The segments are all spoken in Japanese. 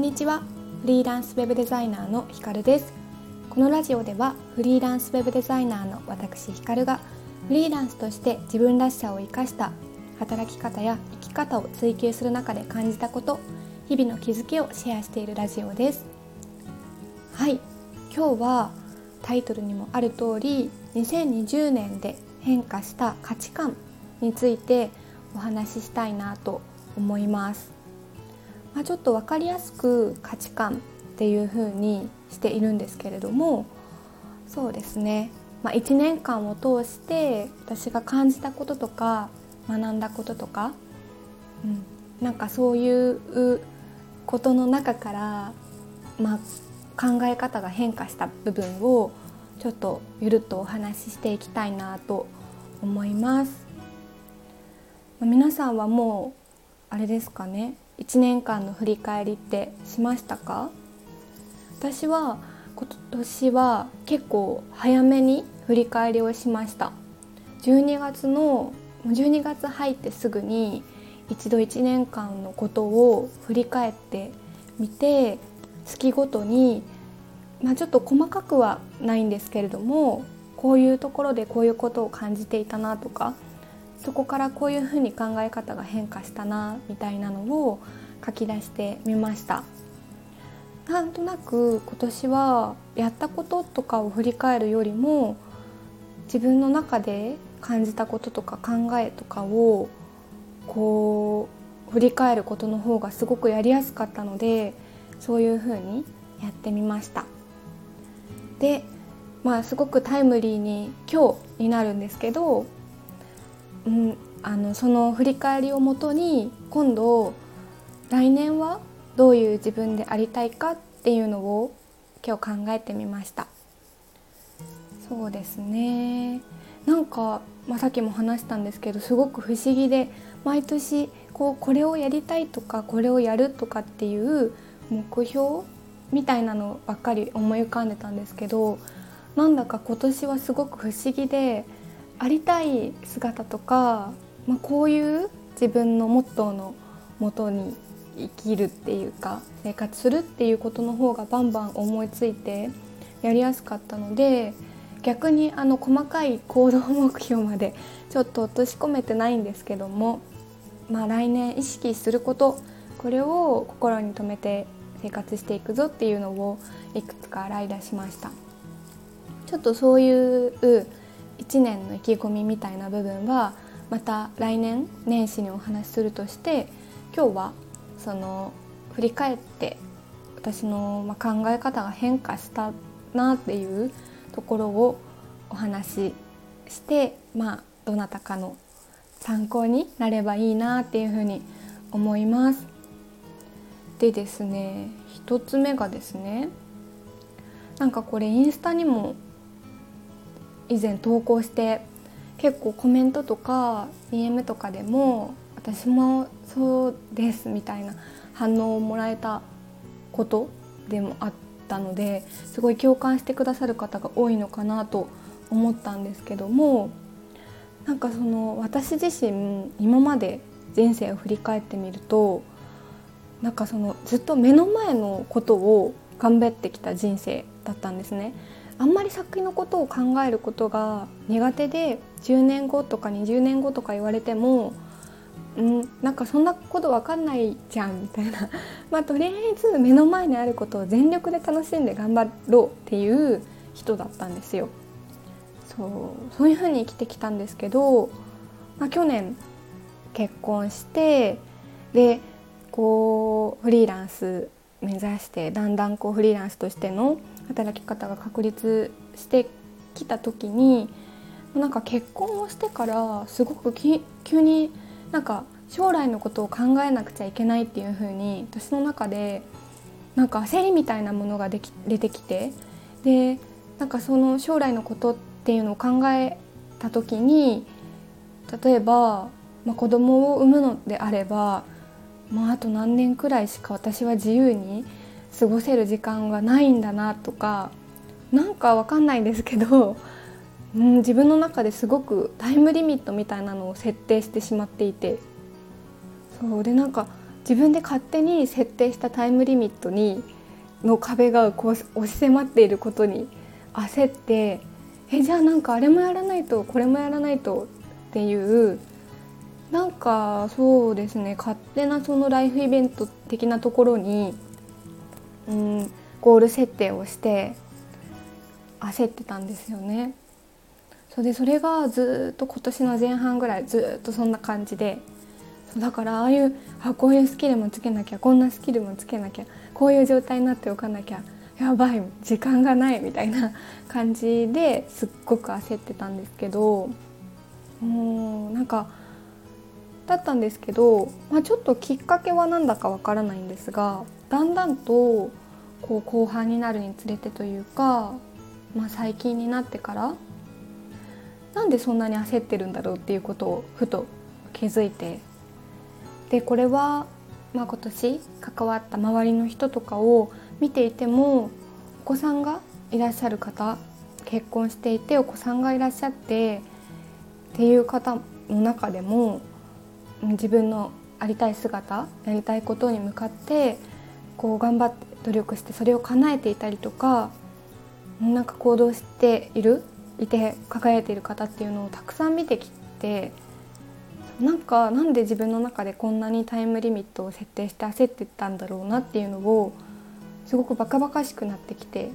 にちは。フリーランスウェブデザイナーのひかるです。このラジオではフリーランスウェブデザイナーの私ひかるがフリーランスとして自分らしさを生かした働き方や生き方を追求する中で感じたこと、日々の気づきをシェアしているラジオです。はい、今日はタイトルにもある通り2020年で変化した価値観についてお話ししたいなと思います。ちょっと分かりやすく価値観っていう風にしているんですけれども、そうですね、1年間を通して私が感じたこととか学んだこととか、なんかそういうことの中から、考え方が変化した部分をちょっとゆるっとお話ししていきたいなと思います。皆さんはもうあれですかね、1年間の振り返りってしましたか？私は今年は結構早めに振り返りをしました。12月入ってすぐに一度1年間のことを振り返ってみて、月ごとに、ちょっと細かくはないんですけれども、こういうところでこういうことを感じていたなとか、そこからこういうふうに考え方が変化したなみたいなのを書き出してみました。なんとなく今年はやったこととかを振り返るよりも、自分の中で感じたこととか考えとかをこう振り返ることの方がすごくやりやすかったので、そういうふうにやってみました。で、すごくタイムリーに今日になるんですけど、その振り返りをもとに今度来年はどういう自分でありたいかっていうのを今日考えてみました。そうですね、なんか、さっきも話したんですけど、すごく不思議で、毎年これをやりたいとかこれをやるとかっていう目標みたいなのばっかり思い浮かんでたんですけど、なんだか今年はすごく不思議で、ありたい姿とか、こういう自分のモットーのもとに生きるっていうか生活するっていうことの方がバンバン思いついてやりやすかったので、逆に細かい行動目標までちょっと落とし込めてないんですけども、来年意識すること、これを心に留めて生活していくぞっていうのをいくつか洗い出しました。ちょっとそういう1年の意気込みみたいな部分はまた来年年始にお話しするとして、今日はその振り返って私の考え方が変化したなっていうところをお話しして、どなたかの参考になればいいなっていうふうに思います。でですね、一つ目がですね、これインスタにも以前投稿して、結構コメントとか DM とかでも私もそうですみたいな反応をもらえたことでもあったので、すごい共感してくださる方が多いのかなと思ったんですけども、私自身今まで人生を振り返ってみると、ずっと目の前のことを頑張ってきた人生だったんですね。あんまり先のことを考えることが苦手で、10年後とか20年後とか言われてもそんなこと分かんないじゃんみたいなとりあえず目の前にあることを全力で楽しんで頑張ろうっていう人だったんですよ。そういうふうに生きてきたんですけど、去年結婚して、でフリーランス目指して、だんだんフリーランスとしての働き方が確立してきた時に、結婚をしてからすごく急に将来のことを考えなくちゃいけないっていう風に私の中で焦りみたいなものが出てきて、でその将来のことっていうのを考えた時に、例えば、子供を産むのであれば、あと何年くらいしか私は自由に過ごせる時間がないんだなとか、分かんないですけど、自分の中ですごくタイムリミットみたいなのを設定してしまっていて、そうで自分で勝手に設定したタイムリミットの壁がこう押し迫っていることに焦って、じゃあなんかあれもやらないとこれもやらないとっていう、なんかそうですね、勝手なそのライフイベント的なところに、ゴール設定をして焦ってたんですよね。それがずっと今年の前半ぐらいずっとそんな感じで、だからこういうスキルもつけなきゃ、こんなスキルもつけなきゃ、こういう状態になっておかなきゃ、やばい時間がないみたいな感じですっごく焦ってたんですけど、なんかだったんですけど、ちょっときっかけはなんだかわからないんですが、だんだんとこう後半になるにつれてというか、最近になってからなんでそんなに焦ってるんだろうっていうことをふと気づいて、でこれは、今年関わった周りの人とかを見ていても、お子さんがいらっしゃる方、結婚していてお子さんがいらっしゃってっていう方の中でも、自分のありたい姿、やりたいことに向かってこう頑張って努力してそれを叶えていたりとか、なんか行動していて輝いている方っていうのをたくさん見てきて、なんで自分の中でこんなにタイムリミットを設定して焦ってたんだろうなっていうのをすごくバカバカしくなってきて、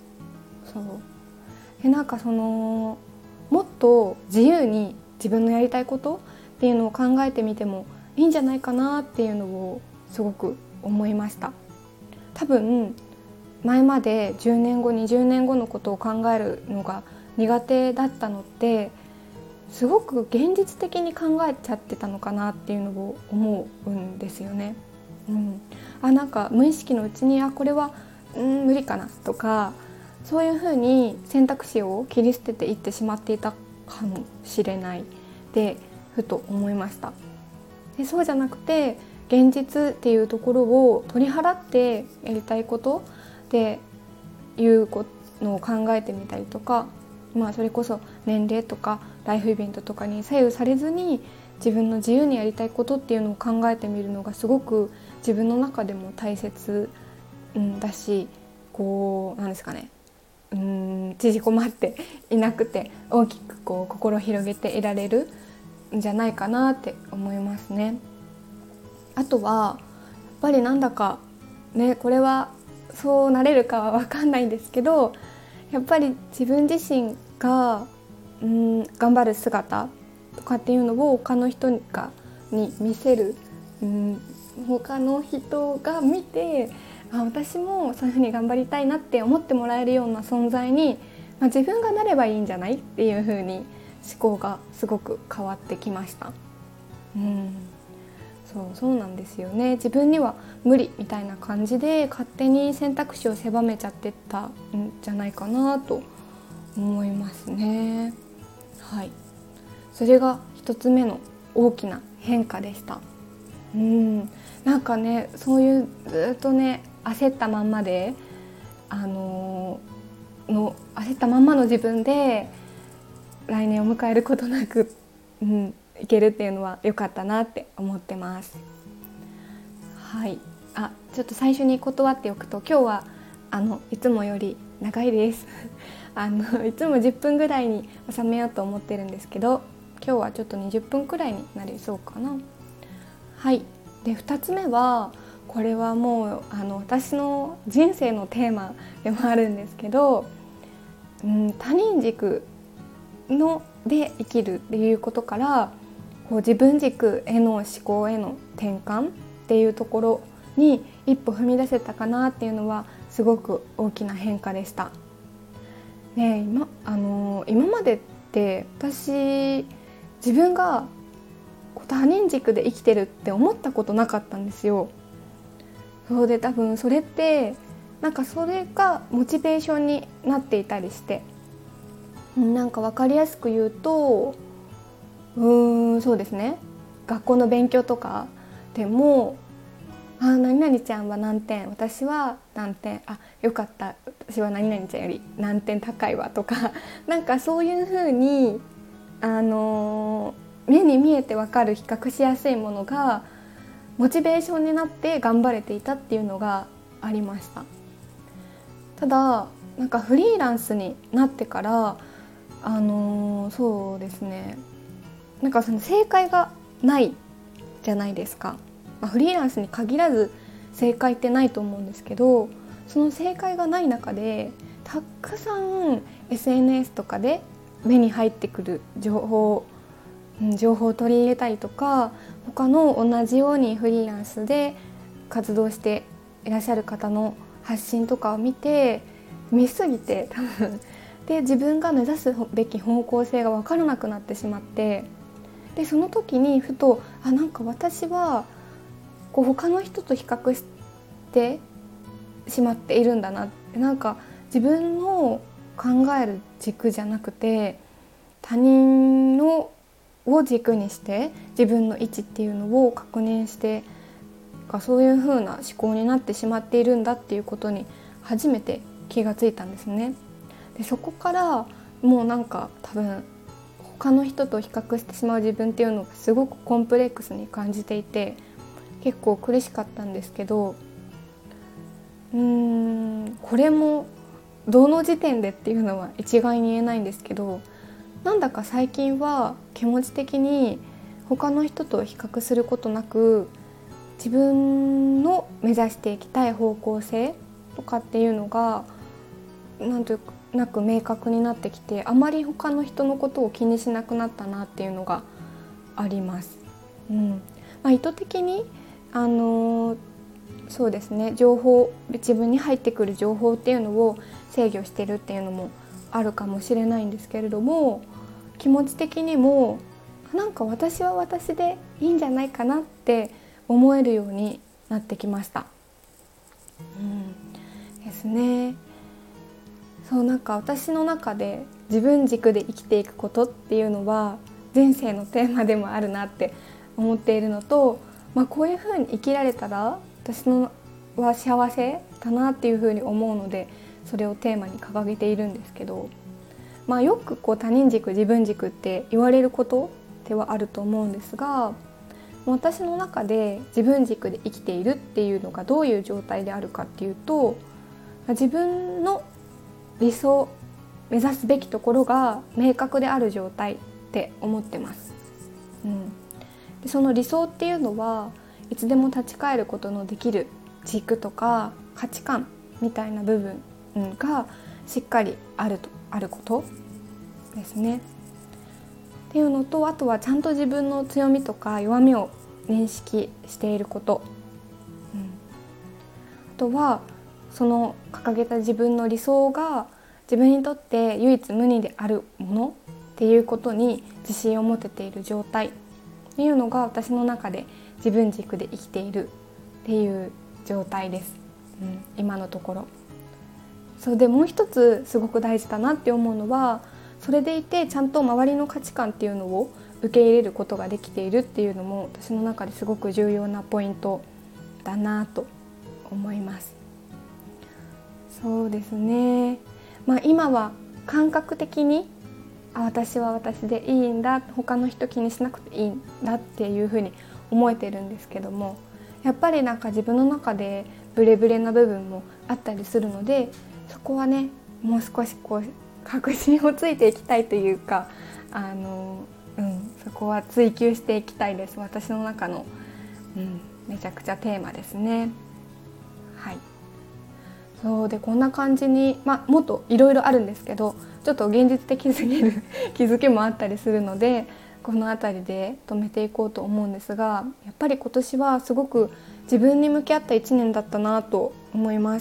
もっと自由に自分のやりたいことっていうのを考えてみてもいいんじゃないかなっていうのをすごく思いました。多分前まで10年後20年後のことを考えるのが苦手だったのって、すごく現実的に考えちゃってたのかなっていうのを思うんですよね。なんか無意識のうちにこれは無理かなとか、そういうふうに選択肢を切り捨てていってしまっていたかもしれないでふと思いました。でそうじゃなくて、現実っていうところを取り払ってやりたいことっていうのを考えてみたりとか、それこそ年齢とかライフイベントとかに左右されずに自分の自由にやりたいことっていうのを考えてみるのがすごく自分の中でも大切、だし、なんですかね、縮こまっていなくて大きく心を広げていられるんじゃないかなって思いますね。あとはやっぱりなんだかね、これはそうなれるかは分かんないんですけど、やっぱり自分自身が頑張る姿とかっていうのを他の人に見せる、他の人が見て、私もそういうふうに頑張りたいなって思ってもらえるような存在に、自分がなればいいんじゃないっていうふうに思考がすごく変わってきました。そうなんですよね。自分には無理みたいな感じで勝手に選択肢を狭めちゃってたんじゃないかなと思いますね。それが一つ目の大きな変化でした。なんかね、そういうずっとね焦ったまんまで焦ったまんまの自分で来年を迎えることなく、いけるっていうのは良かったなって思ってます。ちょっと最初に断っておくと、今日はいつもより長いですいつも10分ぐらいに収めようと思ってるんですけど、今日はちょっと20分くらいになりそうかな。で2つ目は、これはもう私の人生のテーマでもあるんですけど、他人軸で生きるっていうことから、自分軸への思考への転換っていうところに一歩踏み出せたかなっていうのはすごく大きな変化でした。今までって私自分が他人軸で生きてるって思ったことなかったんですよ。で多分それってそれがモチベーションになっていたりして、分かりやすく言うとそうですね、学校の勉強とかでも何々ちゃんは何点、私は何点、よかった、私は何々ちゃんより何点高いわとか、そういう風に目に見えて分かる比較しやすいものがモチベーションになって頑張れていたっていうのがありました。ただなんかフリーランスになってからそうですね、なんかその正解がないじゃないですか。フリーランスに限らず正解ってないと思うんですけど、その正解がない中でたくさん SNS とかで目に入ってくる情報を取り入れたりとか、他の同じようにフリーランスで活動していらっしゃる方の発信とかを見すぎて多分で自分が目指すべき方向性が分からなくなってしまって、でその時にふとなんか私はこう他の人と比較してしまっているんだなって、なんか自分の考える軸じゃなくて他人のを軸にして自分の位置っていうのを確認して、そういう風な思考になってしまっているんだっていうことに初めて気がついたんですね。でそこからもうなんか多分他の人と比較してしまう自分っていうのがすごくコンプレックスに感じていて、結構苦しかったんですけど、これもどの時点でっていうのは一概に言えないんですけど、なんだか最近は気持ち的に他の人と比較することなく、自分の目指していきたい方向性とかっていうのがなんとなく明確になってきて、あまり他の人のことを気にしなくなったなっていうのがあります。意図的にそうですね、自分に入ってくる情報っていうのを制御してるっていうのもあるかもしれないんですけれども、気持ち的にもなんか私は私でいいんじゃないかなって思えるようになってきました。ですね。そうなんか私の中で自分軸で生きていくことっていうのは人生のテーマでもあるなって思っているのと、こういう風に生きられたら私のは幸せだなっていう風に思うので、それをテーマに掲げているんですけど、よく他人軸自分軸って言われることではあると思うんですが、私の中で自分軸で生きているっていうのがどういう状態であるかっていうと、自分の理想目指すべきところが明確である状態って思ってます。でその理想っていうのはいつでも立ち返ることのできる軸とか価値観みたいな部分がしっかりあることですね。っていうのと、あとはちゃんと自分の強みとか弱みを認識していること、あとはその掲げた自分の理想が自分にとって唯一無二であるものっていうことに自信を持てている状態っていうのが私の中で自分軸で生きているっていう状態です、今のところ。そうでもう一つすごく大事だなって思うのは、それでいてちゃんと周りの価値観っていうのを受け入れることができているっていうのも私の中ですごく重要なポイントだなと思います。そうですね、今は感覚的に私は私でいいんだ、他の人気にしなくていいんだっていうふうに思えてるんですけども、やっぱりなんか自分の中でブレブレな部分もあったりするので、そこはねもう少し確信をついていきたいというか、そこは追求していきたいです。私の中の、めちゃくちゃテーマですね。はい。そうでこんな感じに、もっといろいろあるんですけど、ちょっと現実的すぎる気づきもあったりするので、この辺りで止めていこうと思うんですが、やっぱり今年はすごく自分に向き合った1年だったなと思います。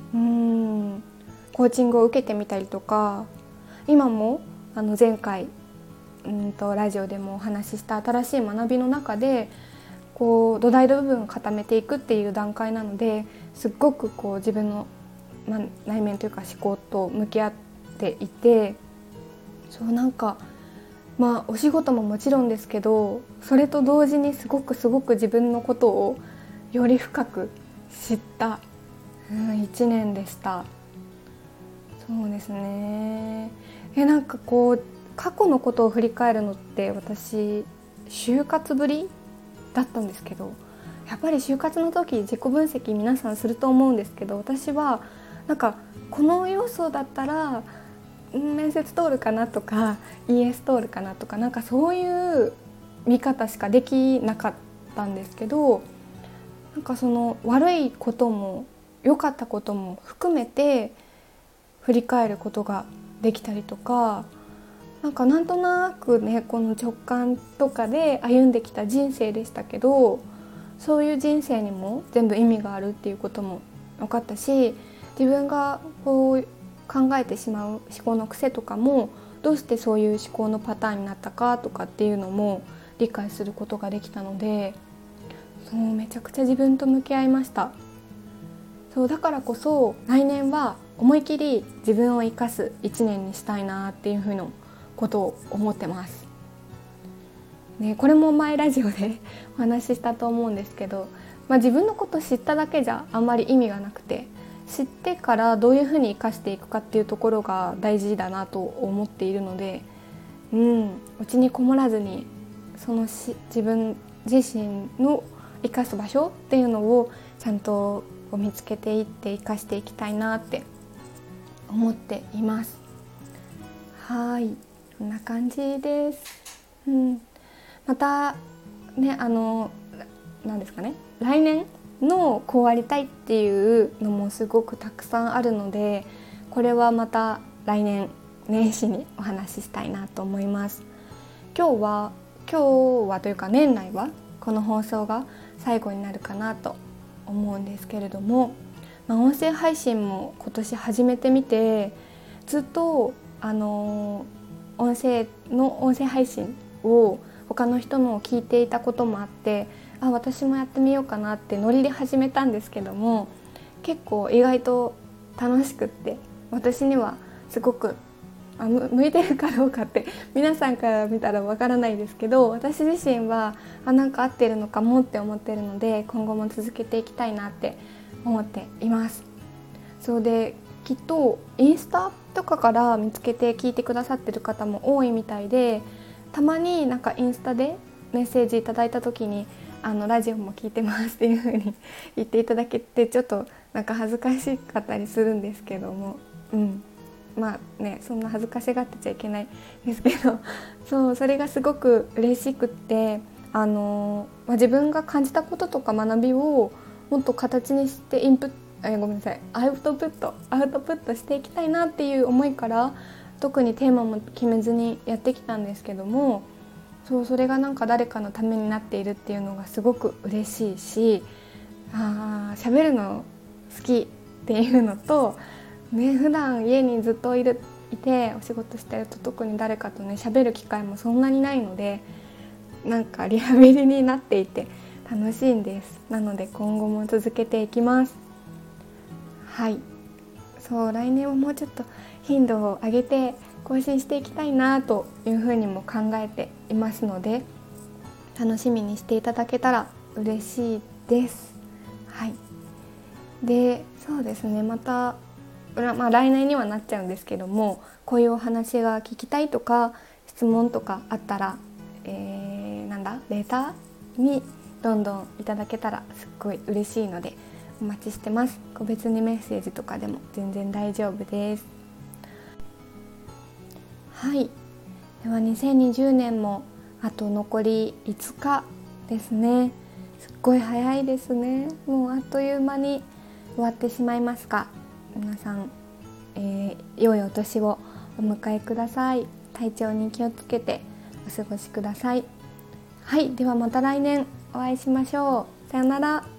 コーチングを受けてみたりとか、今も前回ラジオでもお話しした新しい学びの中で土台の部分を固めていくっていう段階なので、すっごく自分の、内面というか思考と向き合っていて、そうなんかお仕事ももちろんですけど、それと同時にすごく自分のことをより深く知った、1年でした。そうですね。なんか過去のことを振り返るのって私就活ぶりだったんですけど、 やっぱり就活の時自己分析皆さんすると思うんですけど、私はなんかこの要素だったら面接通るかなとか ES 通るかなとか、なんかそういう見方しかできなかったんですけど、なんかその悪いことも良かったことも含めて振り返ることができたりとか、なんとなくね、この直感とかで歩んできた人生でしたけど、そういう人生にも全部意味があるっていうことも分かったし、自分がこう考えてしまう思考の癖とかもどうしてそういう思考のパターンになったかとかっていうのも理解することができたので、そうめちゃくちゃ自分と向き合いました。そうだからこそ来年は思い切り自分を生かす1年にしたいなっていうふうなことを思ってます、ね、これも前ラジオでお話ししたと思うんですけど、自分のこと知っただけじゃあんまり意味がなくて、知ってからどういうふうに生かしていくかっていうところが大事だなと思っているので、うちにこもらずにその自分自身の生かす場所っていうのをちゃんと見つけていって生かしていきたいなって思っています。はい、こんな感じです。またね、何ですかね、来年のこうありたいっていうのもすごくたくさんあるので、これはまた来年年始にお話ししたいなと思います。今日はというか年内はこの放送が最後になるかなと思うんですけれども、音声配信も今年始めてみて、ずっと音声配信を他の人のを聞いていたこともあって、私もやってみようかなってノリで始めたんですけども、結構意外と楽しくって、私にはすごく向いてるかどうかって皆さんから見たらわからないですけど、私自身はなんか合ってるのかもって思ってるので、今後も続けていきたいなって思っています。そうで、きっとインスタとかから見つけて聞いてくださってる方も多いみたいで、たまになんかインスタでメッセージいただいた時にラジオも聞いてますっていう風に言っていただけて、ちょっとなんか恥ずかしかったりするんですけども、そんな恥ずかしがってちゃいけないですけど、それがすごく嬉しくって、自分が感じたこととか学びをもっと形にしてアウトプットしていきたいなっていう思いから、特にテーマも決めずにやってきたんですけども、それがなんか誰かのためになっているっていうのがすごく嬉しいし、喋るの好きっていうのと、普段家にずっといてお仕事してると特に誰かとね喋る機会もそんなにないので、なんかリハビリになっていて楽しいんです。なので今後も続けていきます。はい、来年はもうちょっと頻度を上げて更新していきたいなというふうにも考えていますので、楽しみにしていただけたら嬉しいです。はい、でそうですね、また来年にはなっちゃうんですけども、こういうお話が聞きたいとか質問とかあったら、レーターにどんどんいただけたらすっごい嬉しいのでお待ちしてます。個別にメッセージとかでも全然大丈夫です。はい、では2020年もあと残り5日ですね。すっごい早いですね。もうあっという間に終わってしまいますが、皆さん、良いお年をお迎えください。体調に気をつけてお過ごしください。はい、ではまた来年お会いしましょう。さよなら。